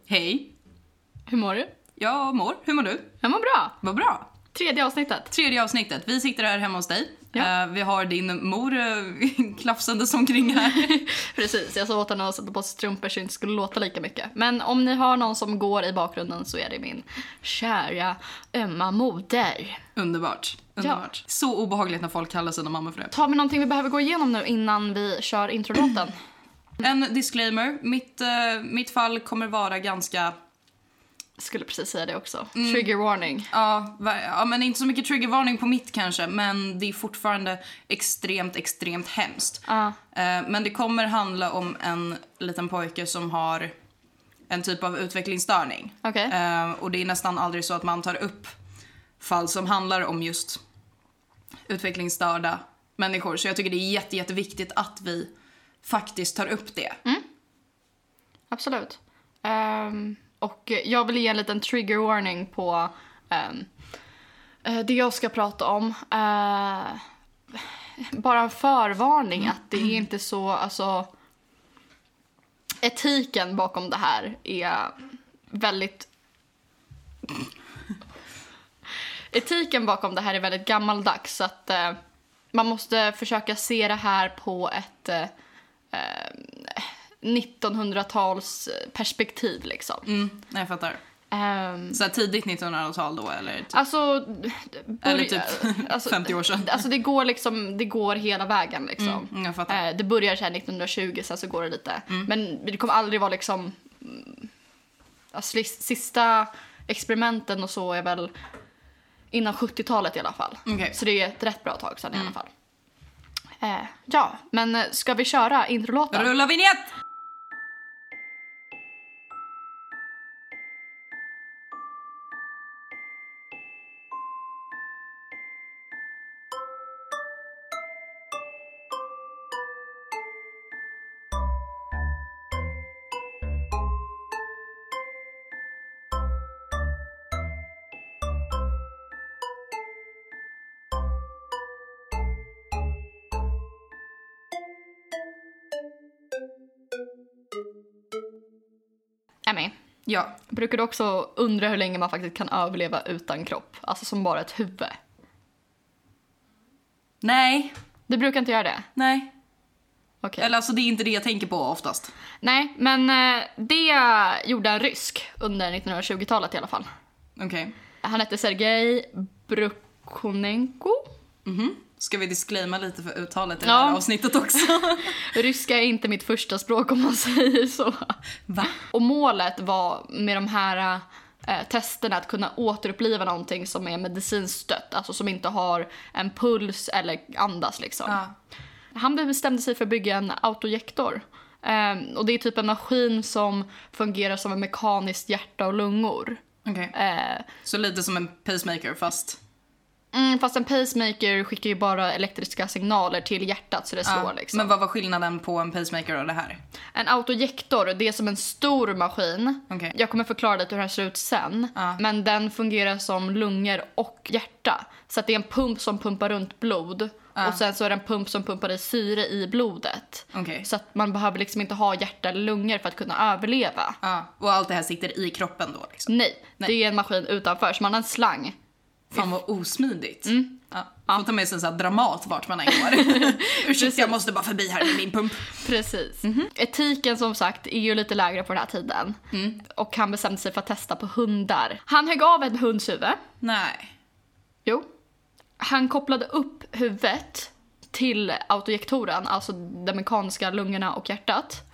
Hej. Hur mår du? Jag mår. Hur mår du? Jag mår bra. Vad bra. Tredje avsnittet. Vi sitter här hemma hos dig. Ja. Vi har din mor klafsandes omkring här. Precis, jag sa åt henne att sätta på strumpor så det inte skulle låta lika mycket. Men om ni har någon som går i bakgrunden så är det min kära ömma moder. Underbart. Underbart. Så obehagligt när folk kallar sina mammor för det. Tar vi någonting vi behöver gå igenom nu innan vi kör introlåten? En disclaimer. Mitt fall kommer vara ganska... Jag skulle precis säga det också. Trigger warning. Ja, men inte så mycket trigger varning på mitt kanske. Men det är fortfarande extremt hemskt. Men det kommer handla om en liten pojke som har en typ av utvecklingsstörning. Okej. Och det är nästan aldrig så att man tar upp fall som handlar om just utvecklingsstörda människor. Så jag tycker det är jätteviktigt att vi faktiskt tar upp det. Absolut. Och jag vill ge en liten trigger warning på det jag ska prata om. Bara en förvarning att det är inte så, alltså etiken bakom det här är väldigt gammaldags, så att man måste försöka se det här på ett 1900-tals perspektiv liksom. Jag fattar. Så här tidigt 1900-tal då, eller? Alltså, eller typ 50 år sedan. Alltså det går hela vägen liksom. Jag fattar. Det börjar så här 1920, sen så går det lite. Men det kommer aldrig vara liksom... Alltså, sista experimenten och så är väl innan 70-talet i alla fall. Okay. Så det är ett rätt bra tag sedan i alla fall. Ja, men ska vi köra introlåten? Rulla vignett! Emmy, Ja. brukar du också undra hur länge man faktiskt kan överleva utan kropp? Alltså som bara ett huvud. Nej. Du brukar inte göra det? Nej. Okej. Eller alltså det är inte det jag tänker på oftast. Nej, men det gjorde en rysk under 1920-talet i alla fall. Okej. Han hette Sergej Brukhonenko. Ska vi disclaima lite för uttalet i det Ja. här avsnittet också? Ryska är inte mitt första språk om man säger så. Va? Och målet var med de här testerna att kunna återuppliva någonting som är medicinskt stött. Alltså som inte har en puls eller andas liksom. Ja. Han bestämde sig för att bygga en autojektor. Och det är typ en maskin som fungerar som en mekaniskt hjärta och lungor. Okej. Så lite som en pacemaker fast... Fast en pacemaker skickar ju bara elektriska signaler till hjärtat så det slår liksom. Men vad var skillnaden på en pacemaker och det här? En autojektor, det är som en stor maskin. Okej. Jag kommer förklara lite hur den ser ut sen. Men den fungerar som lungor och hjärta. Så att det är en pump som pumpar runt blod. Och sen så är det en pump som pumpar i syre i blodet. Okej. Så att man behöver liksom inte ha hjärta eller lungor för att kunna överleva. Och allt det här sitter i kroppen då liksom? Nej, det är en maskin utanför. Så man har en slang. Fan vad osmidigt. Får ta med sig en sån här dramat vart man än går. Ursäkta, jag måste bara förbi här med min pump. Precis. Etiken som sagt är ju lite lägre på den här tiden. Och han bestämde sig för att testa på hundar. Han högg av en hunds huvud. Nej. Jo. Han kopplade upp huvudet till autojektoren, alltså de mekaniska lungorna och hjärtat.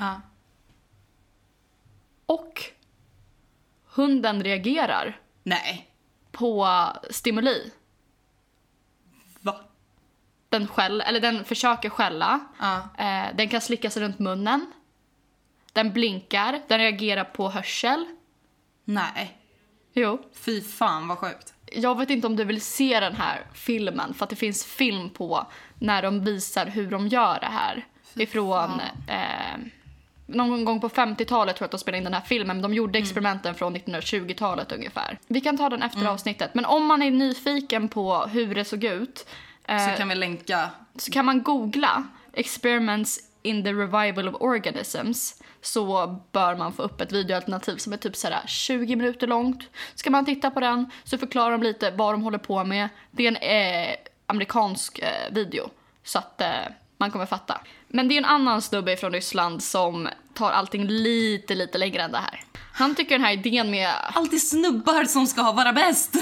Och hunden reagerar Nej. på stimuli. Va? Den försöker skälla. Den kan slicka sig runt munnen. Den blinkar. Den reagerar på hörsel. Nej. Jo. Fy fan vad sjukt. Jag vet inte om du vill se den här filmen. För att det finns film på när de visar hur de gör det här. Ifrån... någon gång på 50-talet tror jag att de spelade in den här filmen. Men de gjorde experimenten från 1920-talet ungefär. Vi kan ta den efter avsnittet. Men om man är nyfiken på hur det såg ut Så kan vi länka. så kan man googla experiments in the revival of organisms så bör man få upp ett videoalternativ som är typ sådär 20 minuter långt. Ska man titta på den så förklarar de lite vad de håller på med. Det är en amerikansk video så att man kommer fatta. Men det är en annan snubbe från Ryssland som tar allting lite längre än det här. Han tycker den här idén med... Alltid snubbar som ska vara bäst.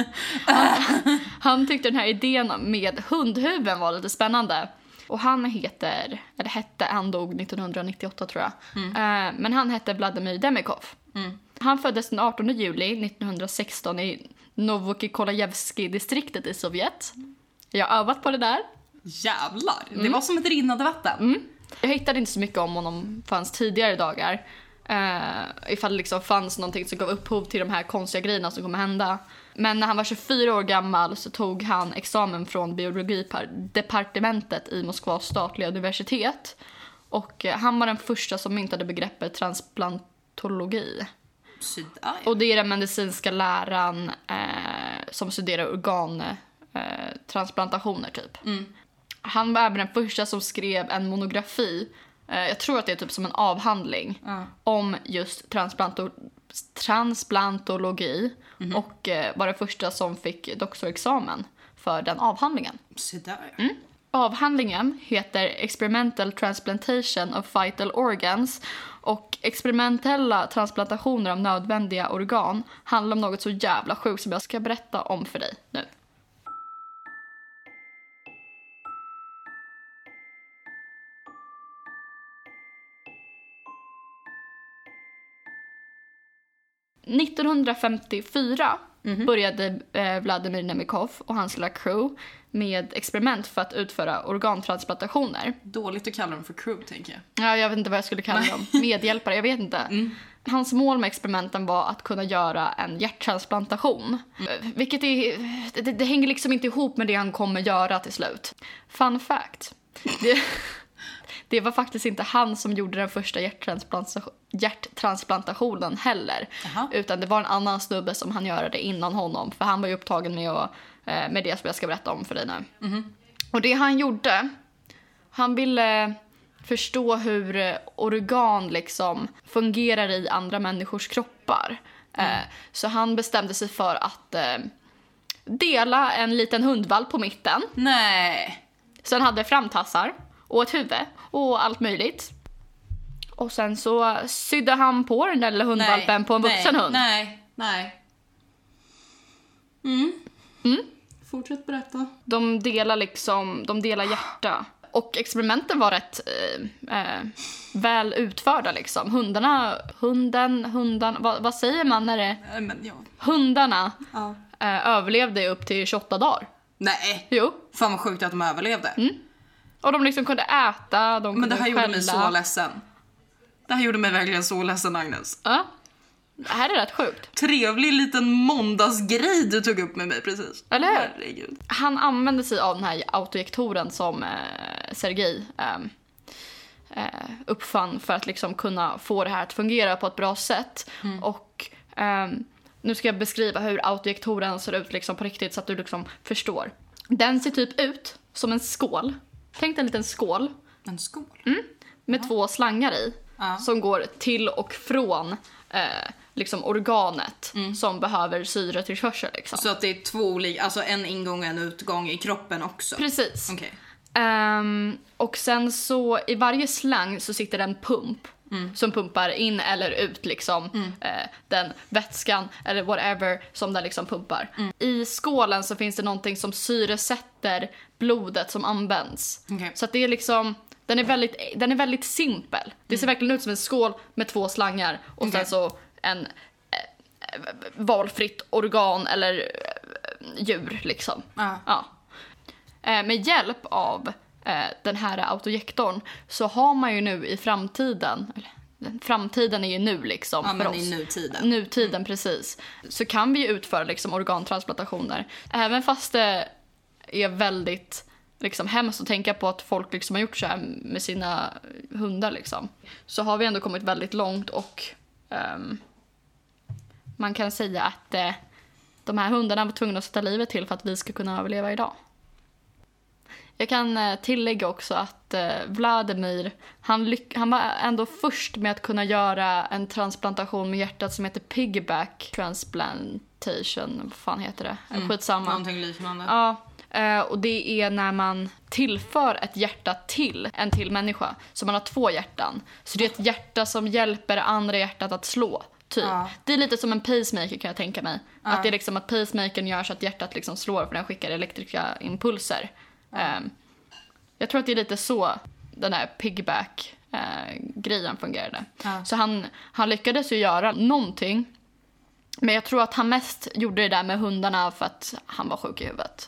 Han tyckte den här idén med hundhuvuden var lite spännande. Och han han dog 1998 tror jag. Men han hette Vladimir Demikov. Han föddes den 18 juli 1916 i Novokikolajevskij-distriktet i Sovjet. Jag har övat på det där. Jävlar, det var som ett rinnande vatten. Jag hittade inte så mycket om honom för hans tidigare dagar. Ifall det liksom fanns någonting som gav upphov till de här konstiga grejerna som kommer hända. Men när han var 24 år gammal så tog han examen från biologidepartementet i Moskvas statliga universitet. Och han var den första som myntade begreppet transplantologi. Och det är den medicinska läran som studerar organtransplantationer typ. Han var även den första som skrev en monografi. Jag tror att det är typ som en avhandling om just transplantologi. Och var den första som fick doktorexamen för den avhandlingen. Avhandlingen heter Experimental Transplantation of Vital Organs. Och experimentella transplantationer av nödvändiga organ handlar om något så jävla sjukt som jag ska berätta om för dig nu. –1954 började Vladimir Demikov och hans lilla crew med experiment för att utföra organtransplantationer. Dåligt att kalla dem för crew, tänker jag. Ja, jag vet inte vad jag skulle kalla dem. Medhjälpare, jag vet inte. Hans mål med experimenten var att kunna göra en hjärttransplantation. Vilket det hänger liksom inte ihop med det han kommer göra till slut. Fun fact. Det var faktiskt inte han som gjorde den första hjärttransplantationen heller. Utan det var en annan snubbe som han göra det innan honom. För han var ju upptagen med det som jag ska berätta om för dig nu. Och det han gjorde, han ville förstå hur organ liksom fungerar i andra människors kroppar. Så han bestämde sig för att dela en liten hundvalp på mitten. Nej. Så han hade framtassar och ett huvud och allt möjligt. Och sen så sydde han på den där lilla hundvalpen på en vuxen hund. Nej. Fortsätt berätta. De delar hjärta. Och experimenten var rätt väl utförda liksom. Hundarna, vad säger man när det... Hundarna överlevde upp till 28 dagar. Nej. Jo. Fan vad sjukt att de överlevde. Och de liksom kunde äta, de kunde Men det här skälla. gjorde mig så ledsen. Det här gjorde mig verkligen så ledsen, Agnes. Ja. Det här är rätt sjukt. Trevlig liten måndagsgrej du tog upp med mig precis. Eller hur? Herregud. Han använde sig av den här autoinjektoren som Sergej uppfann för att liksom kunna få det här att fungera på ett bra sätt. Och nu ska jag beskriva hur autoinjektoren ser ut liksom på riktigt så att du liksom förstår. Den ser typ ut som en skål. Tänk dig en liten skål. En skål? Med 2 slangar i. Som går till och från liksom organet som behöver syretillförsel liksom. Så att det är 2 olika, alltså en ingång och en utgång i kroppen också? Precis. Okay. Och sen så i varje slang så sitter en pump som pumpar in eller ut liksom den vätskan eller whatever som den liksom pumpar. I skålen så finns det någonting som syresätter blodet som används. Okay. Så att det är liksom den är väldigt simpel. Det ser verkligen ut som en skål med 2 slangar och sen så en valfritt organ eller djur liksom. Ja. Med hjälp av den här autoinjektorn så har man ju nu i framtiden, framtiden är ju nu liksom för oss. I nutiden precis. Så kan vi ju utföra liksom organtransplantationer. Även fast det är väldigt liksom hemskt att tänka på att folk liksom har gjort så här med sina hundar liksom. Så har vi ändå kommit väldigt långt och man kan säga att de här hundarna var tvungna att sätta livet till för att vi ska kunna överleva idag. Jag kan tillägga också att Vladimir, han var ändå först med att kunna göra en transplantation med hjärtat som heter piggyback transplantation. Vad fan heter det? Skitsamma. Någonting liknande. Ja, och det är när man tillför ett hjärta till en till människa. Så man har 2 hjärtan. Så det är ett hjärta som hjälper andra hjärtat att slå. Typ. Ja. Det är lite som en pacemaker kan jag tänka mig. Ja. Att det är liksom att pacemakern gör så att hjärtat liksom slår för den skickar elektriska impulser. Ja. Jag tror att det är lite så den här piggyback-grejen fungerade. Ja. Så han lyckades ju göra någonting. Men jag tror att han mest gjorde det där med hundarna för att han var sjuk i huvudet.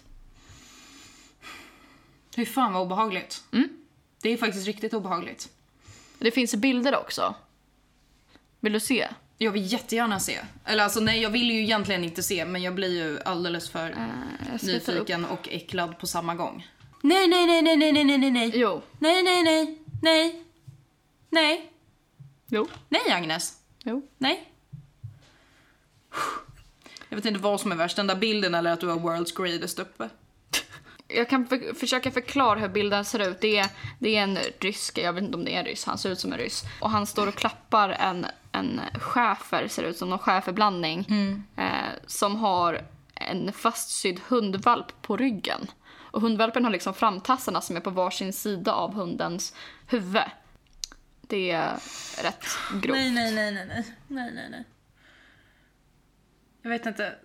Hur fan var obehagligt. Det är faktiskt riktigt obehagligt. Det finns bilder också. Vill du se? Jag vill jättegärna se. Eller alltså nej, jag vill ju egentligen inte se. Men jag blir ju alldeles för nyfiken och äcklad på samma gång. Nej. Jo. Nej. Jo. Nej, Agnes. Jo. Nej. Jag vet inte vad som är värst, den där bilden eller att du har world's greatest uppe. Jag kan försöka förklara hur bilden ser ut. Det är en rysk, jag vet inte om det är en ryss, han ser ut som en ryss. Och han står och klappar en schäfer, ser ut som någon schäferblandning. Som har en fastsydd hundvalp på ryggen. Och hundvalpen har liksom framtassarna som är på varsin sida av hundens huvud. Det är rätt grovt. Nej. Jag vet inte.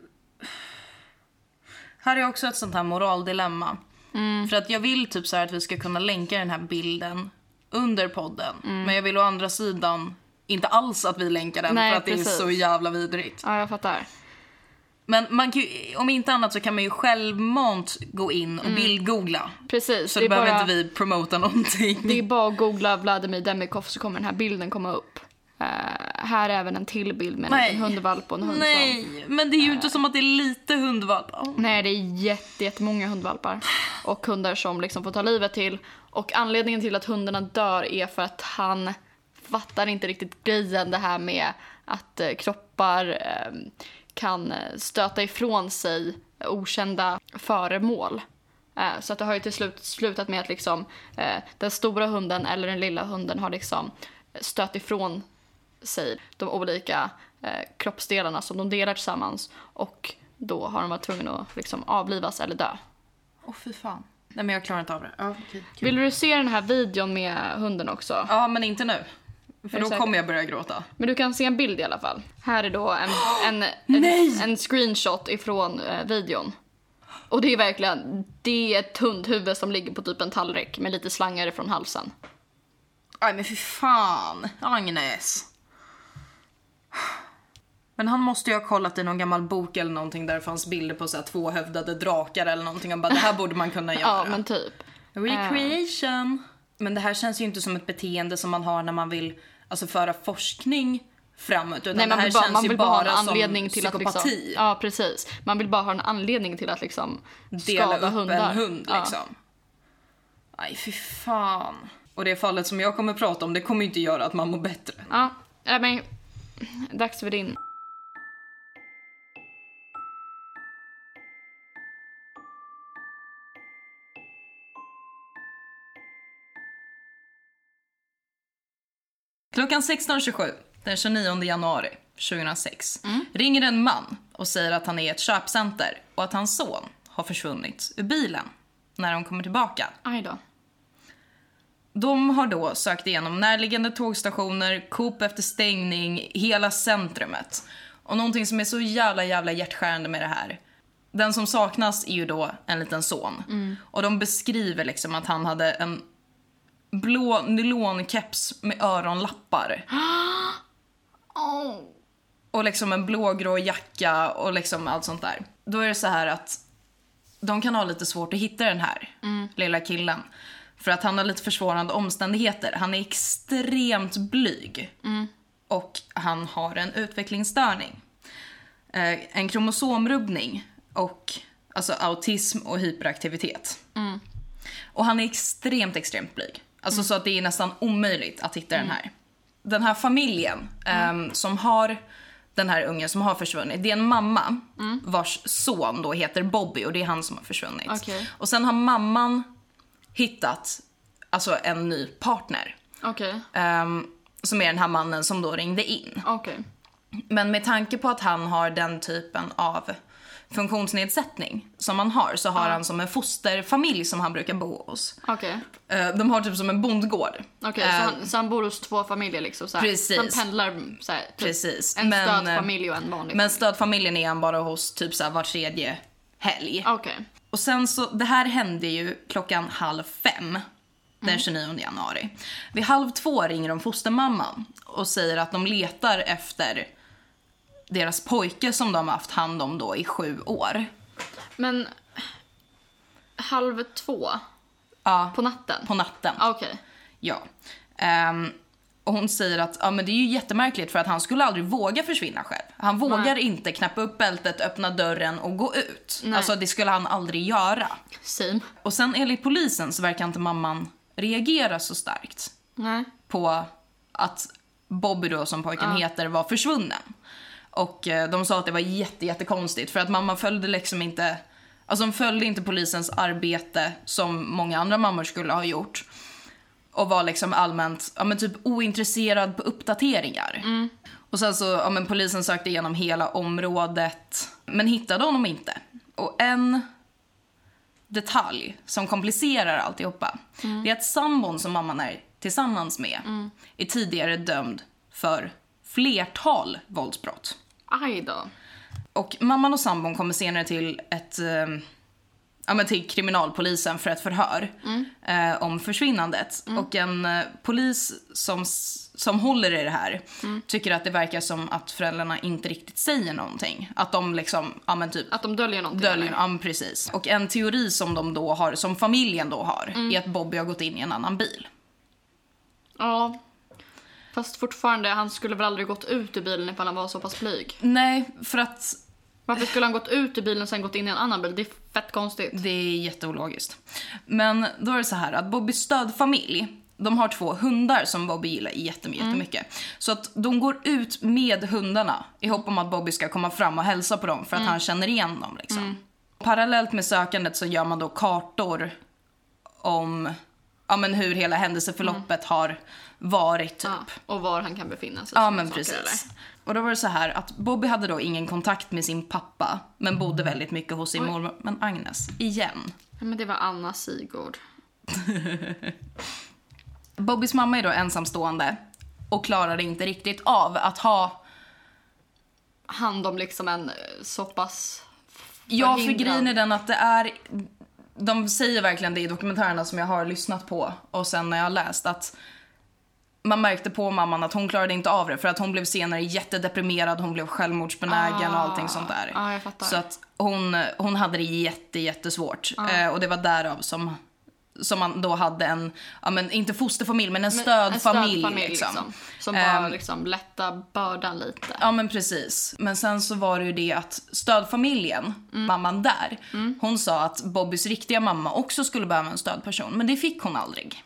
Här är också ett sånt här moraldilemma. För att jag vill typ så här att vi ska kunna länka den här bilden under podden. Men jag vill å andra sidan inte alls att vi länkar den. Nej, för att precis. Det är så jävla vidrigt. Ja, jag fattar. Men man kan ju, om inte annat så kan man ju självmant gå in och bildgoogla. Precis. Så det behöver inte vi promota någonting. Det är bara att googla Vladimir Demikov så kommer den här bilden komma upp. Här är även en till bild med en hundvalp och en hund. Nej, men det är ju inte som att det är lite hundvalpar. Nej, det är jättemånga hundvalpar. Och hundar som liksom får ta livet till. Och anledningen till att hundarna dör är för att han fattar inte riktigt grejen. Det här med att kroppar kan stöta ifrån sig okända föremål. Så att det har ju till slut slutat med att liksom, den stora hunden eller den lilla hunden har liksom stött ifrån sig de olika kroppsdelarna som de delar tillsammans. Och då har de varit tvungna att liksom avlivas eller dö. Fy fan. Nej, men jag klarar inte av det. Okay. Vill du se den här videon med hunden också? Ja, men inte nu. För då kommer jag börja gråta. Men du kan se en bild i alla fall. Här är då en screenshot ifrån videon. Och det är verkligen, det är ett hundhuvud som ligger på typ en tallrik med lite slangar från halsen. Nej, men fy fan, Agnes. Men han måste ju ha kollat i någon gammal bok eller någonting där det fanns bilder på så här 2-hövdade drakar eller någonting. Och bara, det här borde man kunna göra. Ja, men typ. Recreation. Men det här känns ju inte som ett beteende som man har när man vill alltså föra forskning framåt. Utan nej, det här känns ju bara ha en anledning till psykopati. Att liksom, ja, precis. Man vill bara ha en anledning till att liksom dela upp hundar. En hund liksom. Nej, fy fan. Och det fallet som jag kommer prata om, det kommer inte göra att man mår bättre. Ja, men dags för din. Klockan 16.27, den 29 januari 2006, ringer en man och säger att han är i ett köpcenter och att hans son har försvunnit ur bilen när de kommer tillbaka. Aj då. De har då sökt igenom närliggande tågstationer, Coop efter stängning, hela centrumet. Och någonting som är så jävla hjärtskärande med det här. Den som saknas är ju då en liten son. Och de beskriver liksom att han hade en blå nylonkeps med öronlappar. Och liksom en blågrå jacka och liksom allt sånt där. Då är det så här att de kan ha lite svårt att hitta den här lilla killen. För att han har lite försvårande omständigheter. Han är extremt blyg. Och han har en utvecklingsstörning. En kromosomrubbning. Och alltså autism och hyperaktivitet. Och han är extremt blyg. Alltså så att det är nästan omöjligt att hitta den här. Den här familjen som har den här ungen som har försvunnit. Det är en mamma vars son då heter Bobby och det är han som har försvunnit. Okay. Och sen har mamman hittat alltså en ny partner. Okej. Som är den här mannen som då ringde in. Okej. Men med tanke på att han har den typen av funktionsnedsättning som han har, så har han som en fosterfamilj som han brukar bo hos. Okej. De har typ som en bondgård. Okej, så han bor hos 2 familjer liksom så här. Precis. Han pendlar så här, typ Precis. en stödfamilj och en vanlig Men familj. stödfamiljen är han bara hos typ så här var tredje helg. Okej. Och sen så, det här hände ju 4:30 den 29 januari. Vid 1:30 ringer de fostermamman och säger att de letar efter deras pojke som de har haft hand om då i 7 år. Men 1:30 Ja, på natten? på natten. Okej. Ja. Och hon säger att men det är ju jättemärkligt för att han skulle aldrig våga försvinna själv. Han vågar inte knäppa upp bältet, öppna dörren och gå ut. Nej. Alltså det skulle han aldrig göra. Same. Och sen enligt polisen så verkar inte mamman reagera så starkt Nej. på att Bobby då, som pojken heter, var försvunnen. Och de sa att det var jättekonstigt för att mamma följde liksom inte, alltså de följde inte polisens arbete som många andra mammor skulle ha gjort. Och var liksom allmänt, typ ointresserad på uppdateringar. Och sen så, polisen sökte igenom hela området men hittade honom inte. Och en detalj som komplicerar alltihopa, det är att sambon som mamman är tillsammans med är tidigare dömd för flertal våldsbrott. Aj då. Och mamman och sambon kommer senare till till kriminalpolisen för ett förhör om försvinnandet. Och en polis som håller i det här tycker att det verkar som att föräldrarna inte riktigt säger någonting. Att de liksom, Att de döljer någonting. Precis. Och en teori som de då har, som familjen då har, är att Bobby har gått in i en annan bil. Ja. Fast fortfarande, han skulle väl aldrig gått ut ur bilen ifall han var så pass blyg. Nej, för att Varför skulle han gått ut ur bilen och sen gått in i en annan bil? Det är fett konstigt. det är jätteologiskt. Men då är det så här att Bobbys stödfamilj, de har 2 hundar som Bobby gillar jättemycket. Så att de går ut med hundarna i hopp om att Bobby ska komma fram och hälsa på dem för att han känner igen dem liksom. Parallellt med sökandet så gör man då kartor om hur hela händelseförloppet har varit typ. Ja, och var han kan befinna sig. Ja, men precis. Och då var det så här att Bobby hade då ingen kontakt med sin pappa, men bodde väldigt mycket hos sin mormor. Men Agnes, igen. Ja, men det var Anna Sigurd. Bobbys mamma är då ensamstående och klarade inte riktigt av att ha... Hand om liksom en så pass Ja, för grejen är den att det är... De säger verkligen det i dokumentärerna som jag har lyssnat på och sen när jag har läst att man märkte på mamman att hon klarade inte av det för att hon blev senare jättedeprimerad, hon blev självmordsbenägen och allting sånt där. Ja, jag fattar. Så att hon hade det jättesvårt. Och det var därav som man då hade en, inte fosterfamilj men en stödfamilj liksom. Som bara liksom lätta bördan lite. Ja, men precis. Men sen så var det ju det att stödfamiljen, mamman där, hon sa att Bobbys riktiga mamma också skulle behöva en stödperson. Men det fick hon aldrig.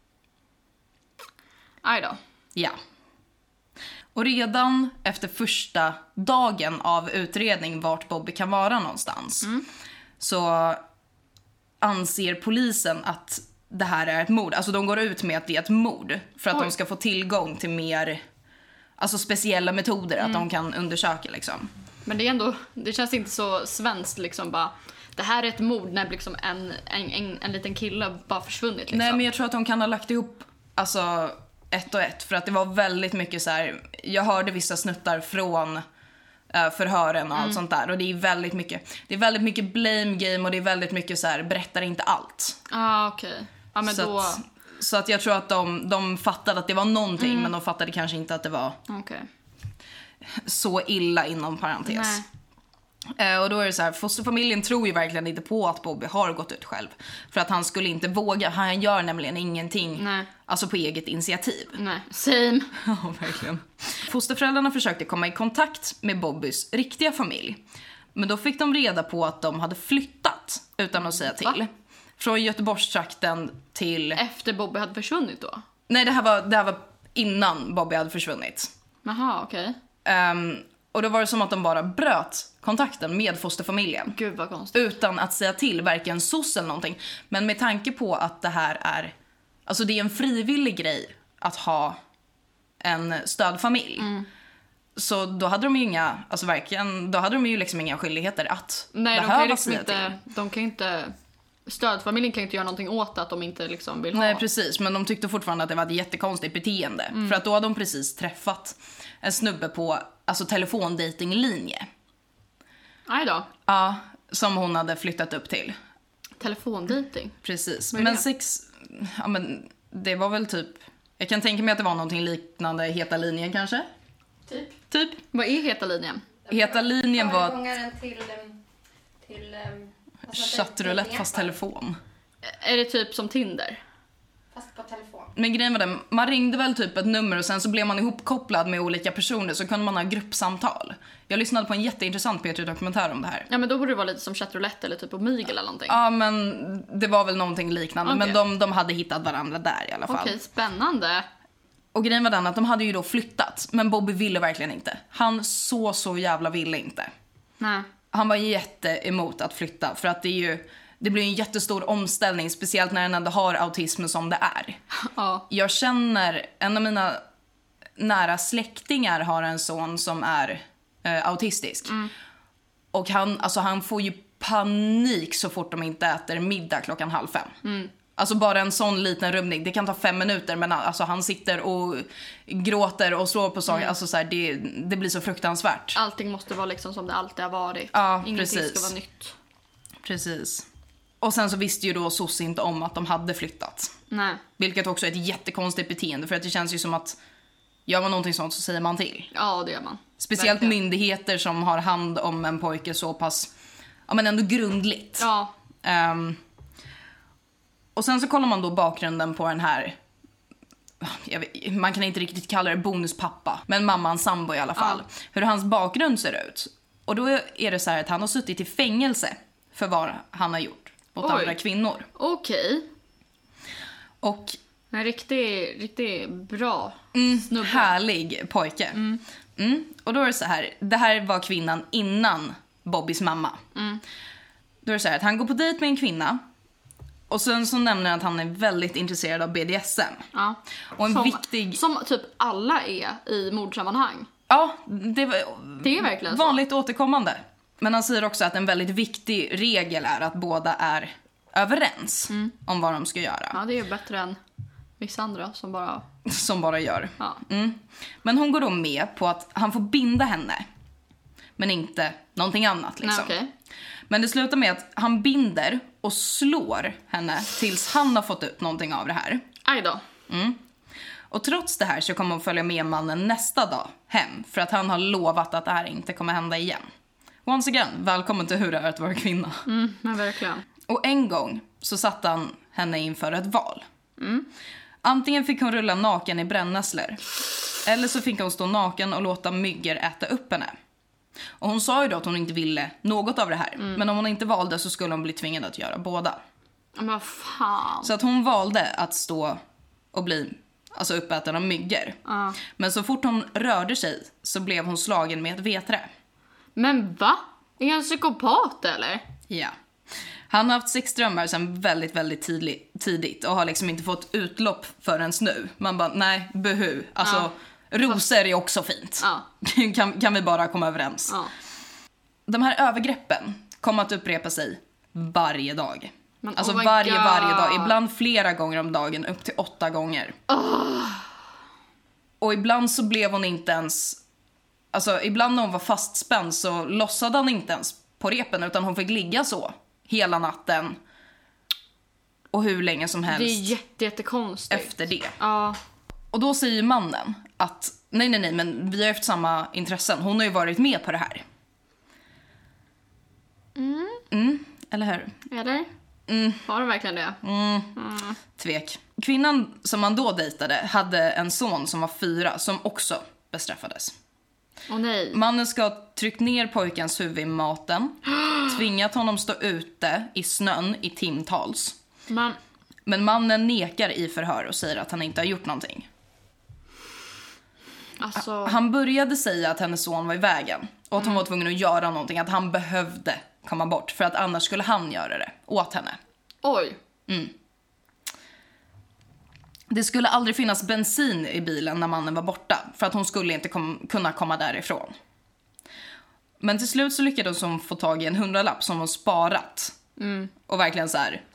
Aj då. Ja. Och redan efter första dagen av utredning vart Bobby kan vara någonstans så anser polisen att det här är ett mord. Alltså de går ut med att det är ett mord för att de ska få tillgång till mer speciella metoder att de kan undersöka liksom. Men det är ändå, det känns inte så svenskt liksom bara. Det här är ett mord när liksom en liten kille bara försvunnit liksom. Nej, men jag tror att de kan ha lagt ihop ett och ett för att det var väldigt mycket så här. Jag hörde vissa snuttar från förhören och allt sånt där och det är väldigt mycket blame game och det är väldigt mycket så här berättar inte allt. Okej. Ja, men så att jag tror att de fattade att det var någonting men de fattade kanske inte att det var så illa inom parentes. Nej. Och då är det så här, fosterfamiljen tror ju verkligen inte på att Bobby har gått ut själv. För att han skulle inte våga, han gör nämligen ingenting. Nej. Alltså på eget initiativ. Nej, same. Ja, verkligen. Fosterföräldrarna försökte komma i kontakt med Bobbys riktiga familj. Men då fick de reda på att de hade flyttat utan att säga till. Va? Från Göteborgstrakten till... Efter Bobby hade försvunnit då? Nej, det här var innan Bobby hade försvunnit. Jaha, okej. Och då var det som att de bara bröt kontakten med fosterfamiljen. Gud vad konstigt. Utan att säga till varken SOS eller någonting. Men med tanke på att det här är... Alltså det är en frivillig grej att ha en stödfamilj. Så då hade de ju inga... Alltså verkligen... Då hade de ju liksom inga skyldigheter att behöva säga till. De kan ju inte... Stödfamiljen kan ju inte göra någonting åt att de inte liksom vill ha. Nej, precis. Men de tyckte fortfarande att det var ett jättekonstigt beteende. För att då hade de precis träffat en snubbe på telefondatinglinje. Aj då. Ja, som hon hade flyttat upp till. Telefondating? Precis. Vad är Men det? sex... Ja, men det var väl typ... Jag kan tänka mig att det var någonting liknande Heta linjen kanske. Typ. Vad är Heta linjen? Heta linjen var Föregångaren till chattroulette fast telefon. Är det typ som Tinder? Fast på telefon. Men grejen var den, man ringde väl typ ett nummer och sen så blev man ihopkopplad med olika personer så kunde man ha gruppsamtal. Jag lyssnade på en jätteintressant P3-dokumentär om det här. Ja, men då borde det vara lite som chattroulette eller typ på Mygel eller någonting. Ja, men det var väl någonting liknande. Okej. Men de hade hittat varandra där i alla fall. Okej, spännande. Och grejen var den att de hade ju då flyttat. Men Bobby ville verkligen inte. Han så jävla ville inte. Nej. Han var jätteemot att flytta. För att det blir en jättestor omställning. Speciellt när den ändå har autism som det är. Ja. Jag känner, en av mina nära släktingar har en son som är autistisk. Och han får ju panik så fort de inte äter middag 4:30. Alltså bara en sån liten rubbning, det kan ta 5 minuter men alltså han sitter och gråter och slår på saker. Alltså så här, det blir så fruktansvärt. Allting måste vara liksom som det alltid har varit. Ja, Ingenting precis. ska vara nytt. Precis. Och sen så visste ju då SOS inte om att de hade flyttat. Nej. Vilket också är ett jättekonstigt beteende. För att det känns ju som att gör man någonting sånt så säger man till. Ja, det gör man. Speciellt Verkligen. myndigheter som har hand om en pojke så pass, ja men ändå grundligt. Ja. Och sen så kollar man då bakgrunden på den här, man kan inte riktigt kalla det bonuspappa, men mammans sambo i alla fall. Hur hans bakgrund ser ut. Och då är det så här att han har suttit i fängelse för vad han har gjort mot andra kvinnor. Okej. Och En riktigt bra snubbe. härlig pojke. Och då är det så här, det här var kvinnan innan Bobbys mamma. Då är det så här att han går på dejt med en kvinna. Och sen så nämner han att han är väldigt intresserad av BDSM. Ja. Och en viktig... Som typ alla är i mordsammanhang. Ja, Det är verkligen vanligt återkommande. Men han säger också att en väldigt viktig regel är att båda är överens om vad de ska göra. Ja, det är ju bättre än vissa andra som bara... gör. Ja. Men hon går då med på att han får binda henne. Men inte någonting annat liksom. Nej, okej. Men det slutar med att han binder och slår henne tills han har fått ut någonting av det här. Aj då. Och trots det här så kommer hon följa med mannen nästa dag hem. För att han har lovat att det här inte kommer hända igen. Once again, välkommen till hur det är att vara kvinna. Men verkligen. Och en gång så satte han henne inför ett val. Antingen fick hon rulla naken i brännässlor. Eller så fick hon stå naken och låta myggor äta upp henne. Och hon sa ju då att hon inte ville något av det här. Men om hon inte valde så skulle hon bli tvingad att göra båda. Men vad fan. Så att hon valde att stå och bli uppäten av myggor. Men så fort hon rörde sig så blev hon slagen med ett vedträ. Men va? Är han psykopat eller? Ja. Han har haft sexdrömmar sedan väldigt tidigt och har liksom inte fått utlopp förrän nu. Man bara, nej, behu. Rosor är också fint. Ja. kan vi bara komma överens. Ja. De här övergreppen kommer att upprepa sig varje dag. Men, varje dag. Ibland flera gånger om dagen, upp till 8 gånger. Och ibland så blev hon inte ens... ibland när hon var fastspänd så lossade han inte ens på repen utan hon fick ligga så hela natten. Och hur länge som helst. Det är jättekonstigt. Efter det. Ja. Och då säger mannen att nej, men vi har haft samma intressen. Hon har ju varit med på det här. Eller hur? Eller? Var det verkligen det? Tvek. Kvinnan som man då dejtade hade en son som var 4 som också bestraffades. Åh nej. Mannen ska ha tryckt ner pojkens huvud i maten, tvingat honom stå ute i snön i timtals. Men mannen nekar i förhör och säger att han inte har gjort någonting. Alltså... Han började säga att hennes son var i vägen. Och att hon var tvungen att göra någonting. Att han behövde komma bort. För att annars skulle han göra det åt henne. Oj. Det skulle aldrig finnas bensin i bilen när mannen var borta. För att hon skulle inte kunna komma därifrån. Men till slut så lyckades hon få tag i en 100-lapp som hon sparat. Och verkligen så här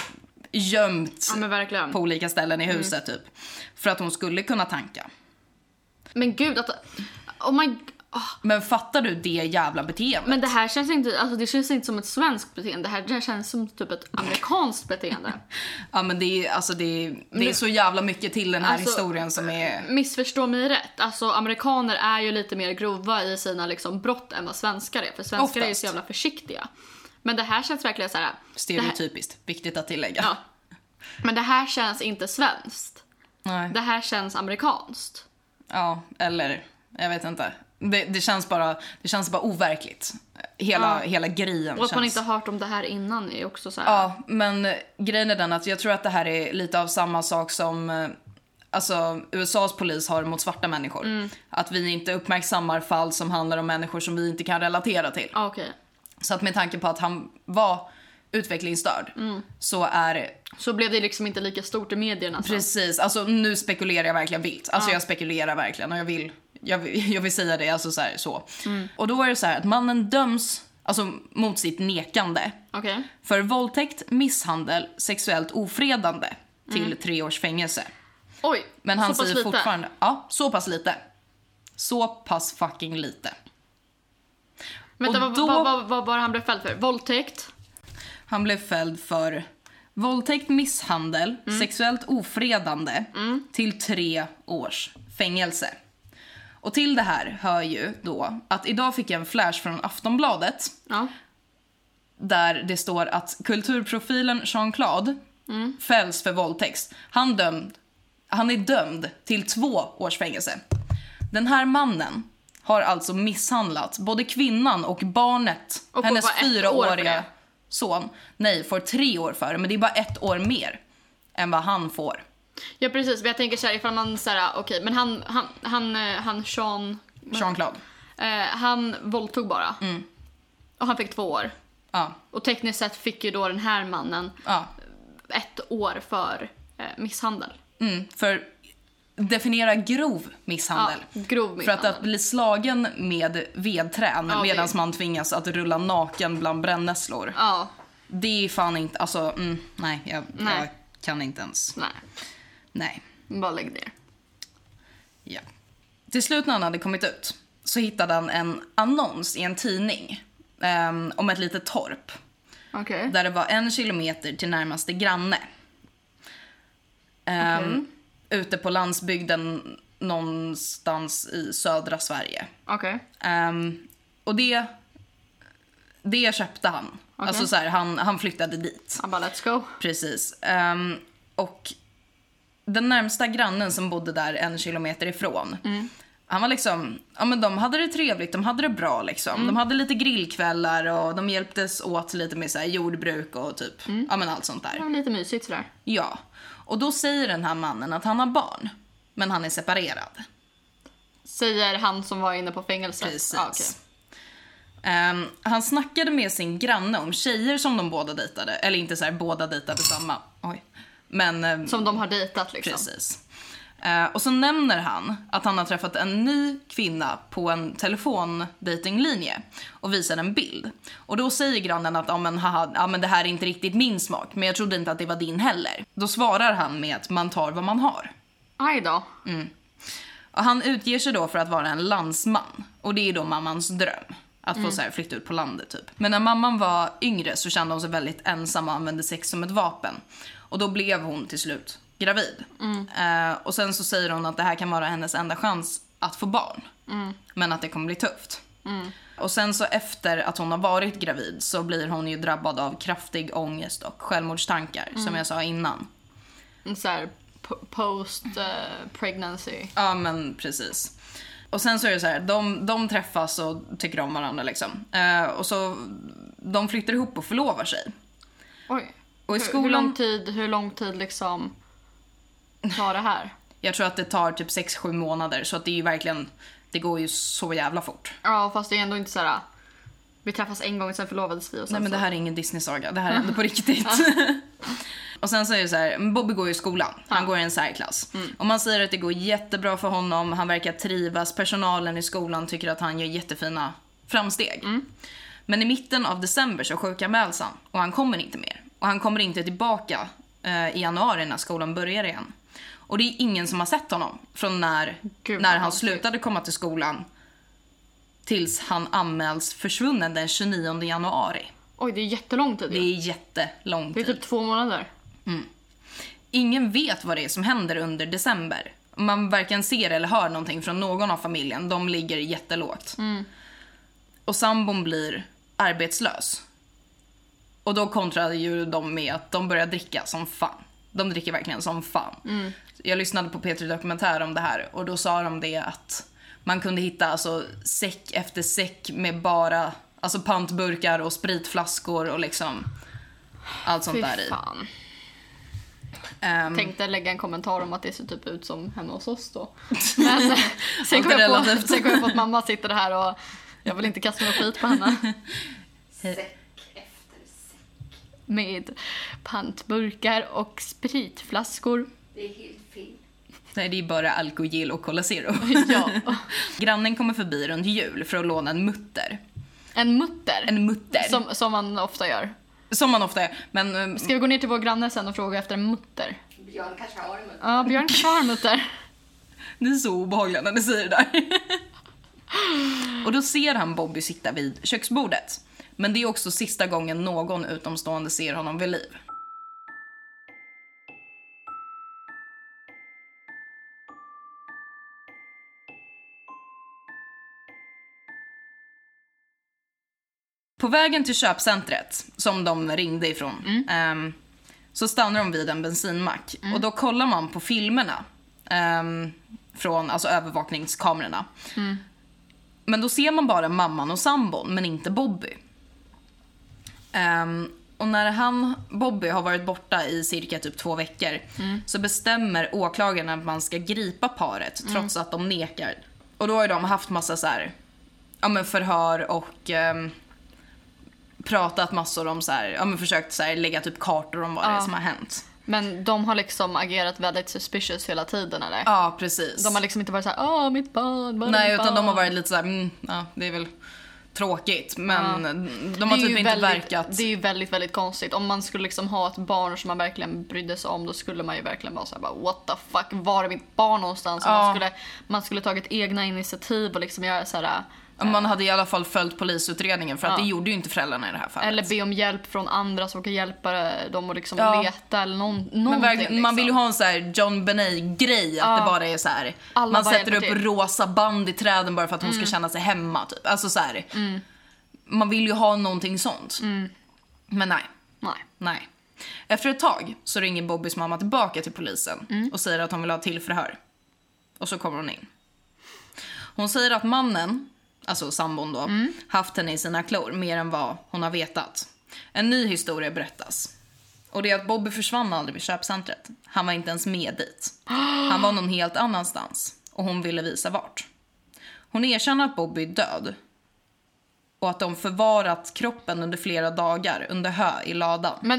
gömt Ja, men verkligen. på olika ställen i huset typ. För att hon skulle kunna tanka. Men gud, att... Oh my... Men fattar du det jävla beteendet? Men det här känns inte, alltså det känns inte som ett svenskt beteende. Det här känns som typ ett amerikanskt beteende. Ja, men det är, alltså det är så jävla mycket till den här historien som är... Missförstå mig rätt. Alltså amerikaner är ju lite mer grova i sina liksom brott än vad svenskar är. För svenskar är ju så jävla försiktiga. Men det här känns verkligen så här... Stereotypiskt, viktigt att tillägga. Ja. Men det här känns inte svenskt. Nej. Det här känns amerikanskt. Ja, eller jag vet inte. Det känns bara overkligt. Hela grejen Och att känns... man inte har hört om det här innan är också så här... Ja, men grejen är den att jag tror att det här är lite av samma sak som alltså USAs polis har mot svarta människor. Att vi inte uppmärksammar fall som handlar om människor som vi inte kan relatera till. Okej. Så att med tanke på att han var utvecklingsstörd Så blev det liksom inte lika stort i medierna. Precis, alltså nu spekulerar jag verkligen vilt. Alltså jag spekulerar verkligen och jag vill säga det alltså så. Och då är det så här att mannen döms alltså mot sitt nekande. Okej. För våldtäkt, misshandel, sexuellt ofredande till 3 års fängelse. Oj, Men han så pass säger lite. fortfarande, ja, så pass lite. Så pass fucking lite. Vänta, och då- vad var han blev fälld för? Våldtäkt? Han blev fälld för våldtäkt, misshandel, sexuellt ofredande till 3 års fängelse. Och till det här hör ju då att idag fick jag en flash från Aftonbladet Ja. där det står att kulturprofilen Jean-Claude fälls för våldtäkt. Han är dömd till 2 års fängelse. Den här mannen har alltså misshandlat både kvinnan och barnet, Och hennes får bara 1 år för 4-åriga det. son. Nej, får 3 år för det, men det är bara 1 år mer än vad han får. Ja, precis. Men jag tänker så här, ifall man säger okej, men han Sean... Jean-Claude. Han våldtog bara. Och han fick 2 år. Ja, Och tekniskt sett fick ju då den här mannen ja. 1 år för misshandel. För definiera grov misshandel. Ja, grov För misshandel. att bli slagen med vedträn Ja, medan det- man tvingas att rulla naken bland brännässlor. Ja, Det är fan inte, alltså, nej, jag kan inte ens. nej. Nej, Bara lägg ner. ja. Till slut när han hade kommit ut så hittade han en annons i en tidning om ett litet torp. Okej. Där det var 1 kilometer till närmaste granne. Ute på landsbygden någonstans i södra Sverige. Okej. Och det köpte han. Okej. Alltså så här, han flyttade dit. Han bara let's go. Precis. Och den närmsta grannen som bodde där 1 kilometer ifrån. Han var liksom, ja men de hade det trevligt, de hade det bra liksom. De hade lite grillkvällar och de hjälptes åt lite med så här jordbruk och typ, ja men allt sånt Det där. var lite mysigt sådär. Ja. Och då säger den här mannen att han har barn. Men han är separerad. Säger han som var inne på fängelset. Precis. Ah, okej. Han snackade med sin granne om tjejer som de båda dejtade. Eller inte så här, båda dejtade samma. Oj. Men... Som de har dejtat liksom. Precis. Och så nämner han att han har träffat en ny kvinna på en telefondatinglinje och visar en bild. Och då säger grannen att men det här är inte riktigt min smak, men jag trodde inte att det var din heller. Då svarar han med att man tar vad man har. Aj då. Och han utger sig då för att vara en landsman. Och det är då mammans dröm. Att få så här, flytta ut på landet typ. Men när mamman var yngre så kände hon sig väldigt ensam och använde sex som ett vapen. Och då blev hon till slut gravid. Och sen så säger hon att det här kan vara hennes enda chans att få barn. Men att det kommer bli tufft. Och sen så efter att hon har varit gravid så blir hon ju drabbad av kraftig ångest och självmordstankar. Som jag sa innan. Så här post pregnancy. Ja men precis. Och sen så är det så här, de träffas och tycker om varandra liksom. Och så de flyttar ihop och förlovar sig. Oj. Och i Hur skolan... lång tid liksom tar det här? Jag tror att det tar typ 6-7 månader, så att det är ju verkligen, det går ju så jävla fort. Ja, fast det är ändå inte så här. Vi träffas en gång och sen förlovades vi och sen Nej, men det här är ingen Disney-saga, det här är ändå på riktigt. Och sen så är det så här, Bobby går ju i skolan. Han går i en särklass. Och man säger att det går jättebra för honom. Han verkar trivas. Personalen i skolan tycker att han gör jättefina framsteg. Men i mitten av december så sjukanmäls han. Och han kommer inte mer. Och han kommer inte tillbaka i januari när skolan börjar igen. Och det är ingen som har sett honom från när han slutade komma till skolan tills han anmäls försvunnen den 29 januari. Oj, det är jättelång tid. Det är jättelång tid. Det är typ 2 månader. Ingen vet vad det är som händer under december. Man varken ser eller hör någonting från någon av familjen. De ligger jättelågt. Och sambon blir arbetslös. Och då kontrade ju de med att de börjar dricka som fan. De dricker verkligen som fan. Jag lyssnade på P3 Dokumentär om det här. Och då sa de det att man kunde hitta alltså säck efter säck med bara alltså pantburkar och spritflaskor och liksom allt sånt där i. Fan. Tänkte lägga en kommentar om att det ser typ ut som hemma hos oss då. Men sen kom jag på att mamma sitter här och jag vill inte kasta något skit på henne. Säck efter säck. Med pantburkar och spritflaskor. Det är helt fel. Nej, det är bara alkogel och Cola Zero. Ja. Grannen kommer förbi runt jul för att låna en mutter. En mutter? En mutter. Som man ofta gör. Som man ofta gör. Men, ska vi gå ner till vår granne sen och fråga efter en mutter? Björn kanske har en mutter. Ja, Björn kanske har en mutter. det är så obehagligt när ni säger det där. Och då ser han Bobby sitta vid köksbordet. Men det är också sista gången någon utomstående ser honom vid liv. På vägen till köpcentret, som de ringde ifrån, så stannar de vid en bensinmack. Och då kollar man på filmerna från alltså övervakningskamerorna. Men då ser man bara mamman och sambon, men inte Bobby. Och när Bobby har varit borta i cirka typ 2 veckor så bestämmer åklagaren att man ska gripa paret trots att de nekar. Och då har de haft massa så här, förhör och pratat massor om så här, försökt så här, lägga typ kartor om vad det är som har hänt. Men de har liksom agerat väldigt suspicious hela tiden, eller? Ja, precis. De har liksom inte varit så här, mitt barn. Nej, utan de har varit lite så här, det är väl tråkigt, men de har typ inte verkat. Det är ju väldigt, väldigt konstigt. Om man skulle liksom ha ett barn som man verkligen brydde sig om, då skulle man ju verkligen vara så här, bara, what the fuck, var är mitt barn någonstans? Man skulle tagit egna initiativ och liksom göra så här. Man hade i alla fall följt polisutredningen, för att det gjorde ju inte föräldrarna i det här fallet. Eller be om hjälp från andra som kan hjälpa dem och liksom leta eller någonting. Men liksom. Man vill ju ha en så här John Benet-grej, att det bara är så här. Man sätter upp rosa band i träden bara för att hon ska känna sig hemma typ. Alltså så här. Man vill ju ha någonting sånt. Men nej. Efter ett tag så ringer Bobbys mamma tillbaka till polisen och säger att hon vill ha tillförhör. Och så kommer hon in. Hon säger att mannen, alltså sambon då, haft henne i sina klor mer än vad hon har vetat. En ny historia berättas. Och det är att Bobby försvann aldrig vid köpcentret. Han var inte ens med dit. Han var någon helt annanstans. Och hon ville visa vart. Hon erkänner att Bobby är död. Och att de förvarat kroppen under flera dagar under hö i ladan. Men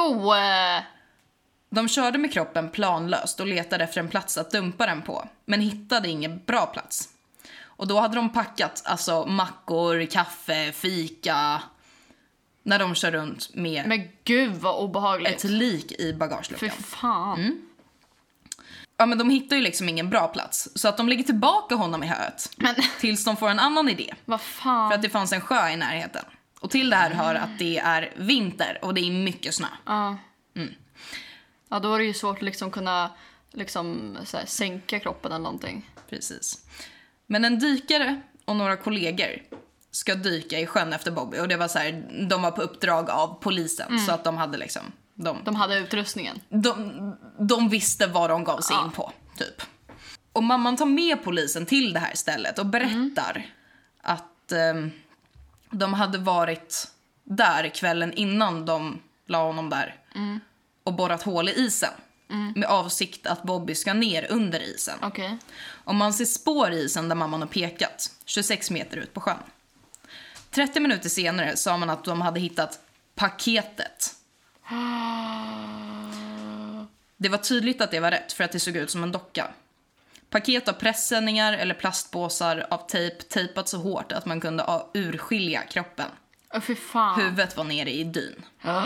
De körde med kroppen planlöst och letade efter en plats att dumpa den på. Men hittade ingen bra plats. Och då hade de packat alltså mackor, kaffe, fika när de kör runt med men gud vad obehagligt. Ett lik i bagageluckan. För fan. Ja, men de hittar ju liksom ingen bra plats. Så att de lägger tillbaka honom i höet. Men tills de får en annan idé. vad fan. För att det fanns en sjö i närheten. Och till det här hör att det är vinter och det är mycket snö. Ja, då är det ju svårt att liksom kunna liksom, så här, sänka kroppen eller någonting. Precis. Men en dykare och några kollegor ska dyka i sjön efter Bobby. Och det var så här, de var på uppdrag av polisen. Så att de hade liksom De hade utrustningen. De visste vad de gav sig in på, typ. Och mamman tar med polisen till det här stället och berättar att de hade varit där kvällen innan de la honom där och borrat hål i isen. med avsikt att Bobby ska ner under isen. Okej. Och man ser spår i isen där mamman har pekat, 26 meter ut på sjön. 30 minuter senare sa man att de hade hittat paketet. Det var tydligt att det var rätt för att det såg ut som en docka. Paket av pressändningar eller plastpåsar av tejpat så hårt att man kunde urskilja kroppen. Fy fan. Huvudet var nere i dyn.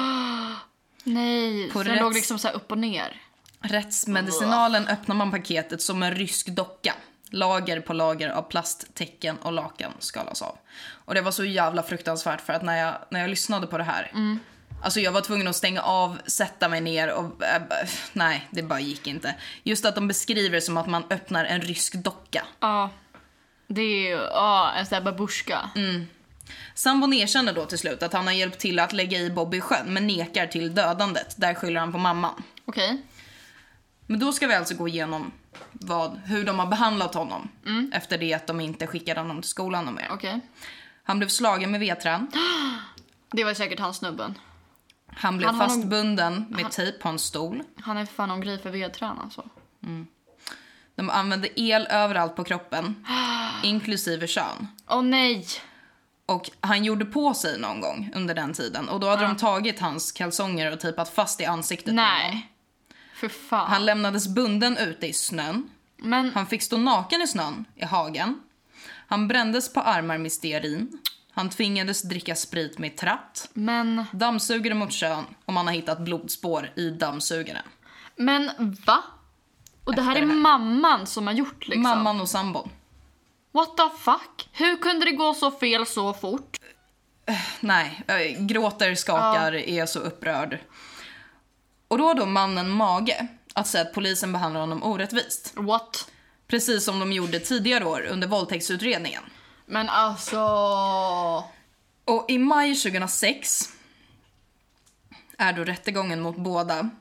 Nej, På så den låg liksom så här upp och ner. Rättsmedicinalen öppnar man paketet som en rysk docka. Lager på lager av plasttäcken och lakan skalas av. Och det var så jävla fruktansvärt för att när jag lyssnade på det här... Alltså jag var tvungen att stänga av, sätta mig ner och... nej, det bara gick inte. Just att de beskriver det som att man öppnar en rysk docka. Ja. Det är ju en sån där babushka. Sambon erkänner då till slut att han har hjälpt till att lägga i Bobby i sjön men nekar till dödandet. Där skyller han på mamman. Okej. Men då ska vi alltså gå igenom hur de har behandlat honom efter det att de inte skickade honom till skolan och mer. Okej. Han blev slagen med vedträn. Det var säkert hans snubben. Han blev Han har fastbunden med tejp på en stol. Han är fan någon grej för vedträn alltså. De använde el överallt på kroppen, inklusive kön. Åh nej. Och han gjorde på sig någon gång under den tiden. Och då hade de tagit hans kalsonger och tejpat fast i ansiktet. på honom. Nej. För fan. Han lämnades bunden ute i snön. Men Han fick stå naken i snön i hagen. Han brändes på armar med stearin. Han tvingades dricka sprit med tratt. Dammsugare mot kön och man har hittat blodspår i dammsugaren. Men va? Och det här är mamman som har gjort liksom. Mamman och sambon. What the fuck? Hur kunde det gå så fel så fort? Nej, gråter, skakar, är så upprörd. Och då har då mannen mage att säga att polisen behandlar honom orättvist. What? Precis som de gjorde tidigare år under våldtäktsutredningen. Men alltså... Och i maj 2006 är då rättegången mot båda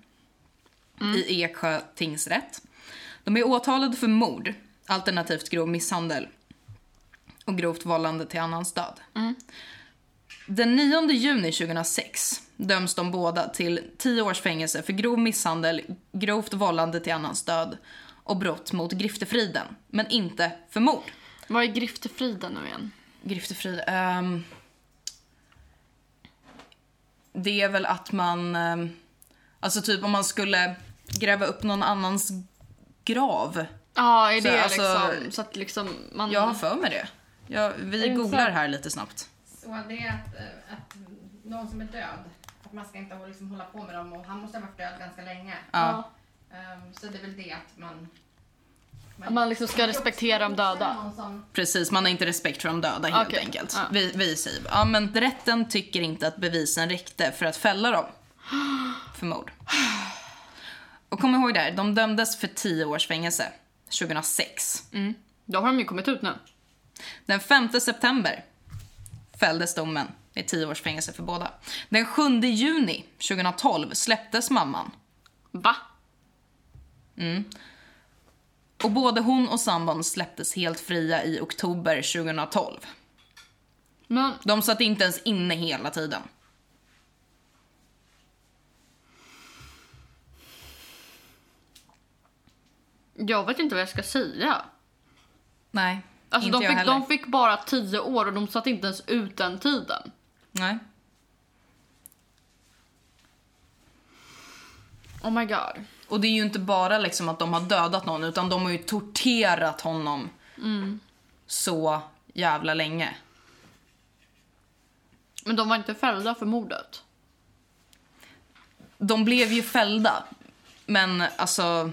i Eksjö tingsrätt. De är åtalade för mord, alternativt grov misshandel och grovt vållande till annans död. Den 9 juni 2006 döms de båda till 10 års fängelse för grov misshandel, grovt vållande till annans död och brott mot griftefriden, men inte för mord. Vad är griftefriden nu igen? Griftefrid, det är väl att man, alltså typ om man skulle gräva upp någon annans grav. Ja, är Så, det alltså, liksom så att liksom man... Jag har för mig det. Vi googlar här lite snabbt. Så det är att någon som är död, att man ska inte liksom hålla på med dem, och han måste ha varit död ganska länge. Ja. Så det är väl det att man liksom ska respektera de döda. Precis, man har inte respekt för de döda helt Okej. enkelt. Ja. Vi säger, ja men rätten tycker inte att bevisen räckte för att fälla dem för mord. Och kom ihåg där, de dömdes för 10 års fängelse 2006. Då har de ju kommit ut nu. Den 5 september fälldes domen. Det är 10 års fängelse för båda. Den 7 juni 2012 släpptes mamman. Va? Och både hon och sambon släpptes helt fria i oktober 2012. Men De satt inte ens inne hela tiden. jag vet inte vad jag ska säga. Nej, Alltså inte jag heller. de fick bara 10 år och de satt inte ens ut den tiden. Nej. Oh my god. Och det är ju inte bara liksom att de har dödat någon, utan de har ju torterat honom så jävla länge. Men de var inte fällda för mordet. De blev ju fällda, men alltså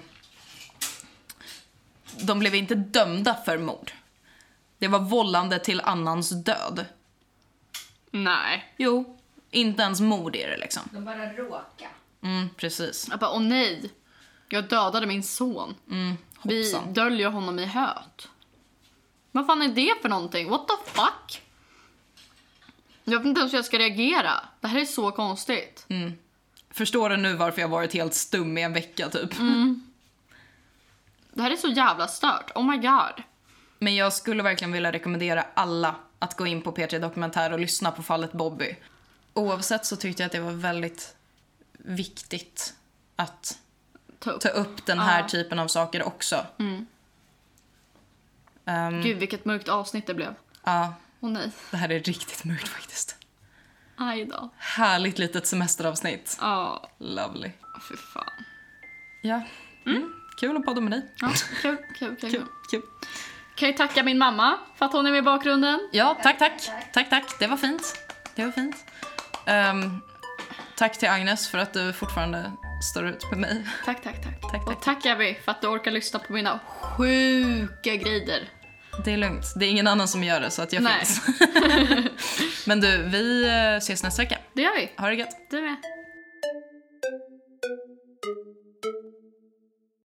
de blev inte dömda för mord. Det var vållande till annans död. Nej. Jo, inte ens mord är det liksom. De bara råka. Precis. Jag bara, åh nej. Jag dödade min son. Vi Hoppsan. döljer honom i höet. Vad fan är det för någonting? What the fuck? Jag vet inte ens hur jag ska reagera. Det här är så konstigt. Förstår du nu varför jag varit helt stum i en vecka typ? Det här är så jävla stört. Oh my god. Men jag skulle verkligen vilja rekommendera alla att gå in på P3 Dokumentär och lyssna på fallet Bobby. Oavsett så tyckte jag att det var väldigt viktigt att ta upp den här typen av saker också. Gud, vilket mörkt avsnitt det blev. Ja, Åh nej. det här är riktigt mörkt faktiskt. Aj då. Härligt litet semesteravsnitt. Ja, Lovely. för fan. Ja. Kul att podda med dig. Ja, kul. Kul. Kan jag tacka min mamma för att hon är med i bakgrunden. Ja, tack. Det var fint. Tack till Agnes för att du fortfarande står ut med mig. Tack. Och tack Abby för att du orkar lyssna på mina sjuka grejer. Det är lugnt. Det är ingen annan som gör det så att jag Nej. finns. Men du, vi ses nästa vecka. Det gör vi. Ha det gött. Du med.